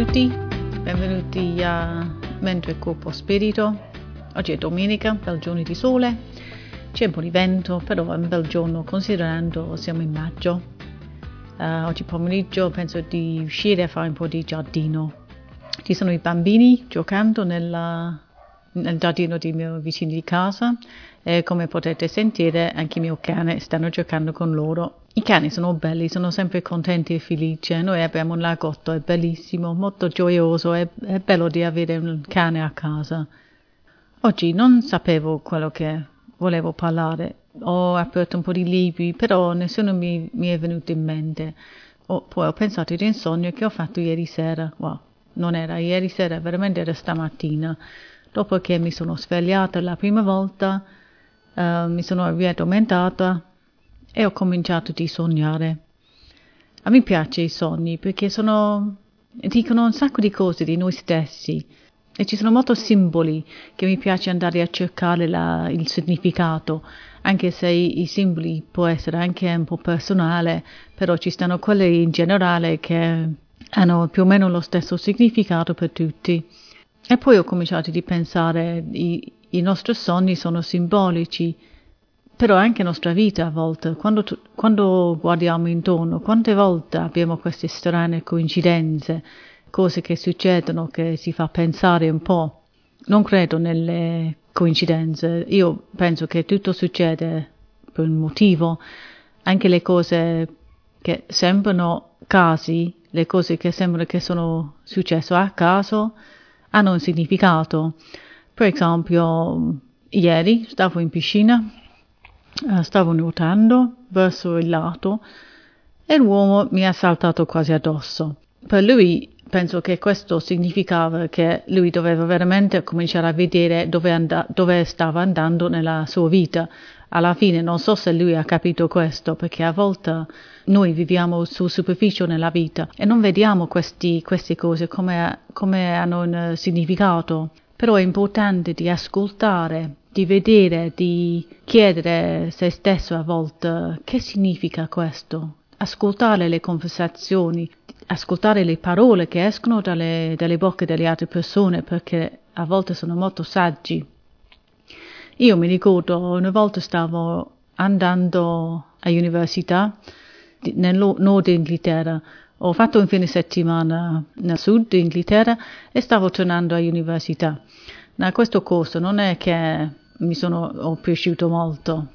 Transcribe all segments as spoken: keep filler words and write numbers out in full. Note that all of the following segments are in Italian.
tutti, benvenuti a Mente, Corpo, Spirito. Oggi è domenica, bel giorno di sole, c'è un po' di vento, però è un bel giorno considerando siamo in maggio. Uh, oggi pomeriggio penso di uscire a fare un po' di giardino. Ci sono i bambini giocando nella, nel giardino dei miei vicini di casa e come potete sentire anche i miei cani stanno giocando con loro. I cani sono belli, sono sempre contenti e felici. Noi abbiamo un lagotto, è bellissimo, molto gioioso, è, è bello di avere un cane a casa. Oggi non sapevo quello che volevo parlare, ho aperto un po' di libri, però nessuno mi, mi è venuto in mente. Oh, poi ho pensato di un sogno che ho fatto ieri sera. Wow, non era ieri sera, veramente era stamattina. Dopo che mi sono svegliata la prima volta, uh, mi sono riaddormentata e ho cominciato a sognare. A me piace i sogni perché sono, dicono un sacco di cose di noi stessi e ci sono molti simboli che mi piace andare a cercare la, il significato, anche se i, i simboli può essere anche un po' personale, però ci stanno quelli in generale che hanno più o meno lo stesso significato per tutti. E poi ho cominciato a pensare i, i nostri sogni sono simbolici, però anche la nostra vita a volte, quando, quando guardiamo intorno, quante volte abbiamo queste strane coincidenze, cose che succedono che si fa pensare un po'. Non credo nelle coincidenze, io penso che tutto succede per un motivo, anche le cose che sembrano casi, le cose che sembrano che sono successe a caso, hanno un significato. Per esempio, ieri stavo in piscina, Uh, stavo nuotando verso il lato e l'uomo mi ha saltato quasi addosso. Per lui penso che questo significava che lui doveva veramente cominciare a vedere dove, and- dove stava andando nella sua vita. Alla fine non so se lui ha capito questo, perché a volte noi viviamo sul superficie nella vita e non vediamo questi, queste cose come, come hanno un significato. Però è importante di ascoltare, di vedere, di chiedere a se stesso a volte che significa questo, ascoltare le conversazioni, ascoltare le parole che escono dalle, dalle bocche delle altre persone, perché a volte sono molto saggi. Io mi ricordo una volta stavo andando all'università nel nord Inghilterra. Ho fatto un fine settimana nel sud Inghilterra e stavo tornando all'università. Da questo corso non è che mi sono ho piaciuto molto,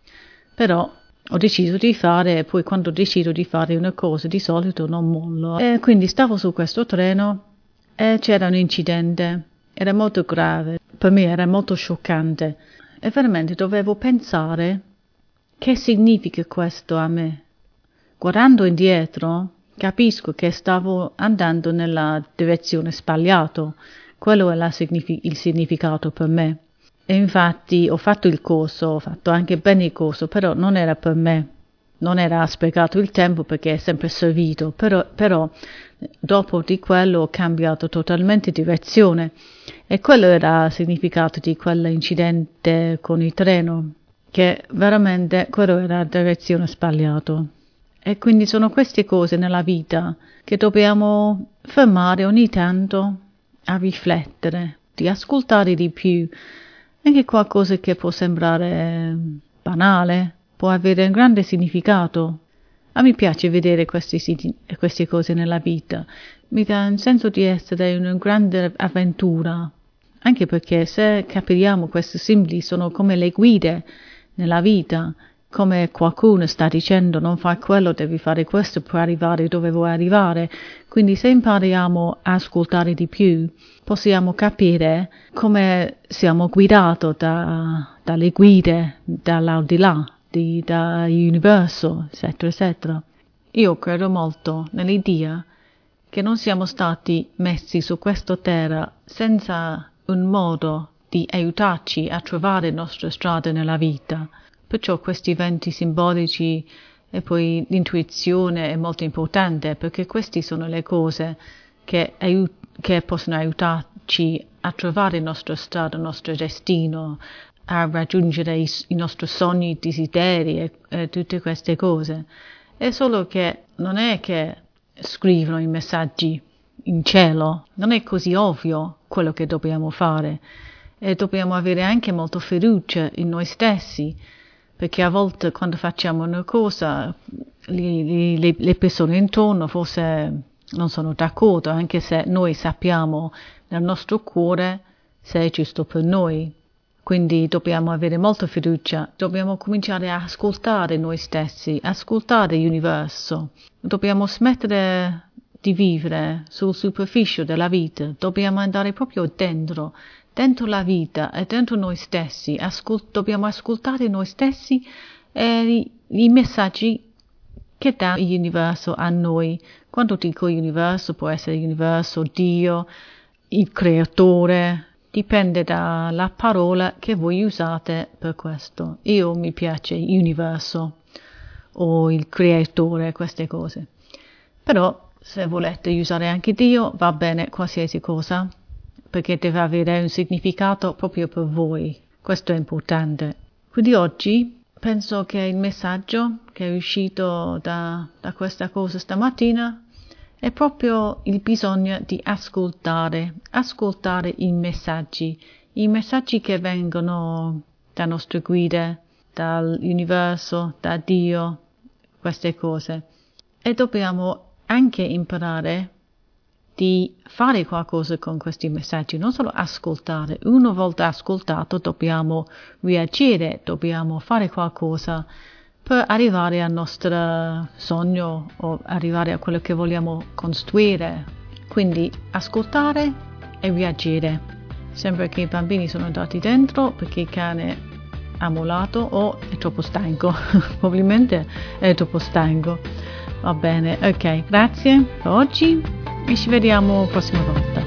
però ho deciso di fare, e poi quando decido di fare una cosa di solito non mollo. E quindi stavo su questo treno e c'era un incidente, era molto grave, per me era molto scioccante e veramente dovevo pensare che significa questo a me. Guardando indietro capisco che stavo andando nella direzione sbagliata, quello è la signific- il significato per me. E infatti ho fatto il corso, ho fatto anche bene il corso, però non era per me, non era sprecato il tempo perché è sempre servito, però, però dopo di quello ho cambiato totalmente direzione e quello era il significato di quell'incidente con il treno, che veramente quello era la direzione sbagliata. E quindi sono queste cose nella vita che dobbiamo fermare ogni tanto a riflettere, di ascoltare di più. Anche qualcosa che può sembrare banale, può avere un grande significato. A me piace vedere queste, queste cose nella vita, mi dà un senso di essere una grande avventura, anche perché se capiamo questi simboli sono come le guide nella vita, come qualcuno sta dicendo non fai quello, devi fare questo per arrivare dove vuoi arrivare. Quindi se impariamo a ascoltare di più, possiamo capire come siamo guidati da, dalle guide dall'aldilà, di, dall'universo, eccetera, eccetera. Io credo molto nell'idea che non siamo stati messi su questa terra senza un modo di aiutarci a trovare la nostra strada nella vita. Perciò questi eventi simbolici e poi l'intuizione è molto importante, perché queste sono le cose che, aiut- che possono aiutarci a trovare la nostra strada, il nostro destino, a raggiungere i, i nostri sogni, i desideri e, e tutte queste cose. È solo che non è che scrivono i messaggi in cielo. Non è così ovvio quello che dobbiamo fare e dobbiamo avere anche molta fiducia in noi stessi, perché a volte quando facciamo una cosa le, le, le persone intorno forse non sono d'accordo, anche se noi sappiamo nel nostro cuore se è giusto per noi. Quindi dobbiamo avere molta fiducia, dobbiamo cominciare a ascoltare noi stessi, ascoltare l'universo. Dobbiamo smettere di vivere sul superficie della vita, dobbiamo andare proprio dentro, dentro la vita e dentro noi stessi. Ascol- dobbiamo ascoltare noi stessi e i messaggi che dà l'universo a noi. Quando dico universo, può essere l'universo, Dio, il creatore. Dipende dalla parola che voi usate per questo. Io mi piace universo o il creatore, queste cose. Però se volete usare anche Dio va bene qualsiasi cosa, perché deve avere un significato proprio per voi. Questo è importante. Quindi oggi penso che il messaggio che è uscito da, da questa cosa stamattina è proprio il bisogno di ascoltare, ascoltare i messaggi, i messaggi che vengono da nostre guide, dall'universo, da Dio, queste cose. E dobbiamo anche imparare di fare qualcosa con questi messaggi, non solo ascoltare. Una volta ascoltato dobbiamo reagire, dobbiamo fare qualcosa per arrivare al nostro sogno o arrivare a quello che vogliamo costruire. Quindi ascoltare e reagire. Sembra che i bambini sono andati dentro perché il cane ha mollato o è troppo stanco. Probabilmente è troppo stanco. Va bene, ok, grazie per oggi e ci vediamo la prossima volta.